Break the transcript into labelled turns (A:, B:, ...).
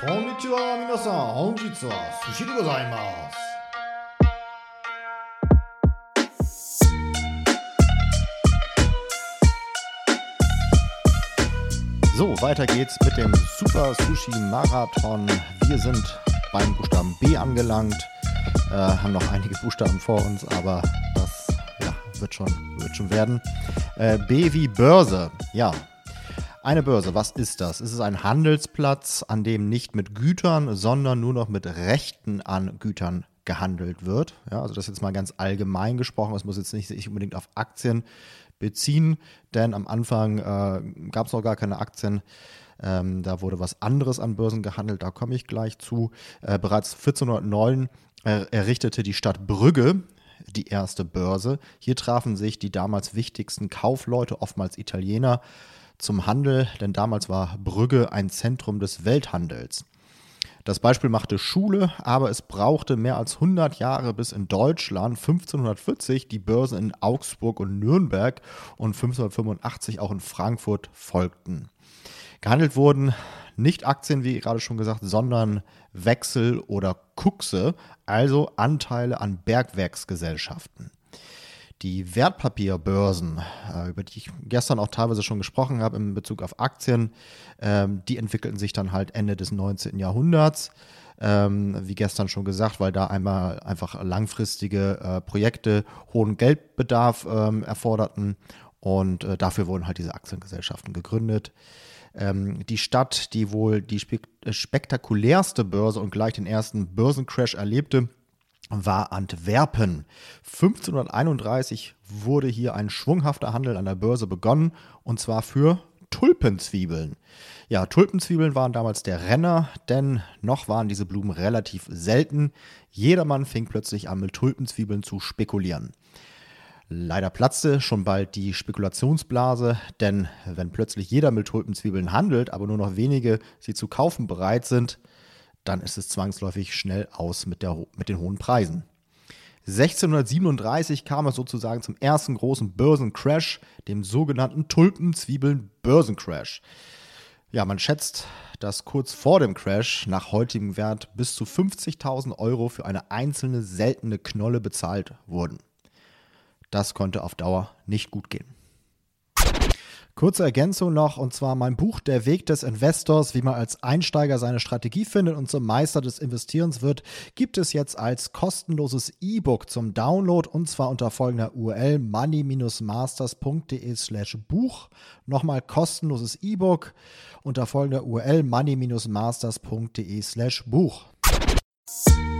A: Konnichiwa, minasan. Honjitsu wa sushi de gozaimasu. So, weiter geht's mit dem Super Sushi Marathon. Wir sind beim Buchstaben B angelangt, haben noch einige Buchstaben vor uns, aber das wird schon werden. B wie Börse, ja. Eine Börse, was ist das? Es ist ein Handelsplatz, an dem nicht mit Gütern, sondern nur noch mit Rechten an Gütern gehandelt wird. Ja, also das ist jetzt mal ganz allgemein gesprochen. Das muss jetzt nicht sich unbedingt auf Aktien beziehen, denn am Anfang gab es noch gar keine Aktien. Da wurde was anderes an Börsen gehandelt, da komme ich gleich zu. Bereits 1409 errichtete die Stadt Brügge die erste Börse. Hier trafen sich die damals wichtigsten Kaufleute, oftmals Italiener, zum Handel, denn damals war Brügge ein Zentrum des Welthandels. Das Beispiel machte Schule, aber es brauchte mehr als 100 Jahre, bis in Deutschland 1540 die Börsen in Augsburg und Nürnberg und 1585 auch in Frankfurt folgten. Gehandelt wurden nicht Aktien, wie gerade schon gesagt, sondern Wechsel oder Kuxe, also Anteile an Bergwerksgesellschaften. Die Wertpapierbörsen, über die ich gestern auch teilweise schon gesprochen habe in Bezug auf Aktien, die entwickelten sich dann halt Ende des 19. Jahrhunderts, wie gestern schon gesagt, weil da einmal einfach langfristige Projekte hohen Geldbedarf erforderten und dafür wurden halt diese Aktiengesellschaften gegründet. Die Stadt, die wohl die spektakulärste Börse und gleich den ersten Börsencrash erlebte, war Antwerpen. 1531 wurde hier ein schwunghafter Handel an der Börse begonnen, und zwar für Tulpenzwiebeln. Ja, Tulpenzwiebeln waren damals der Renner, denn noch waren diese Blumen relativ selten. Jedermann fing plötzlich an, mit Tulpenzwiebeln zu spekulieren. Leider platzte schon bald die Spekulationsblase, denn wenn plötzlich jeder mit Tulpenzwiebeln handelt, aber nur noch wenige sie zu kaufen bereit sind, dann ist es zwangsläufig schnell aus mit den hohen Preisen. 1637 kam es sozusagen zum ersten großen Börsencrash, dem sogenannten Tulpenzwiebeln-Börsencrash. Ja, man schätzt, dass kurz vor dem Crash nach heutigem Wert bis zu 50.000 Euro für eine einzelne seltene Knolle bezahlt wurden. Das konnte auf Dauer nicht gut gehen. Kurze Ergänzung noch, und zwar mein Buch Der Weg des Investors, wie man als Einsteiger seine Strategie findet und zum Meister des Investierens wird, gibt es jetzt als kostenloses E-Book zum Download, und zwar unter folgender URL money-masters.de/Buch. Nochmal kostenloses E-Book unter folgender URL money-masters.de/Buch.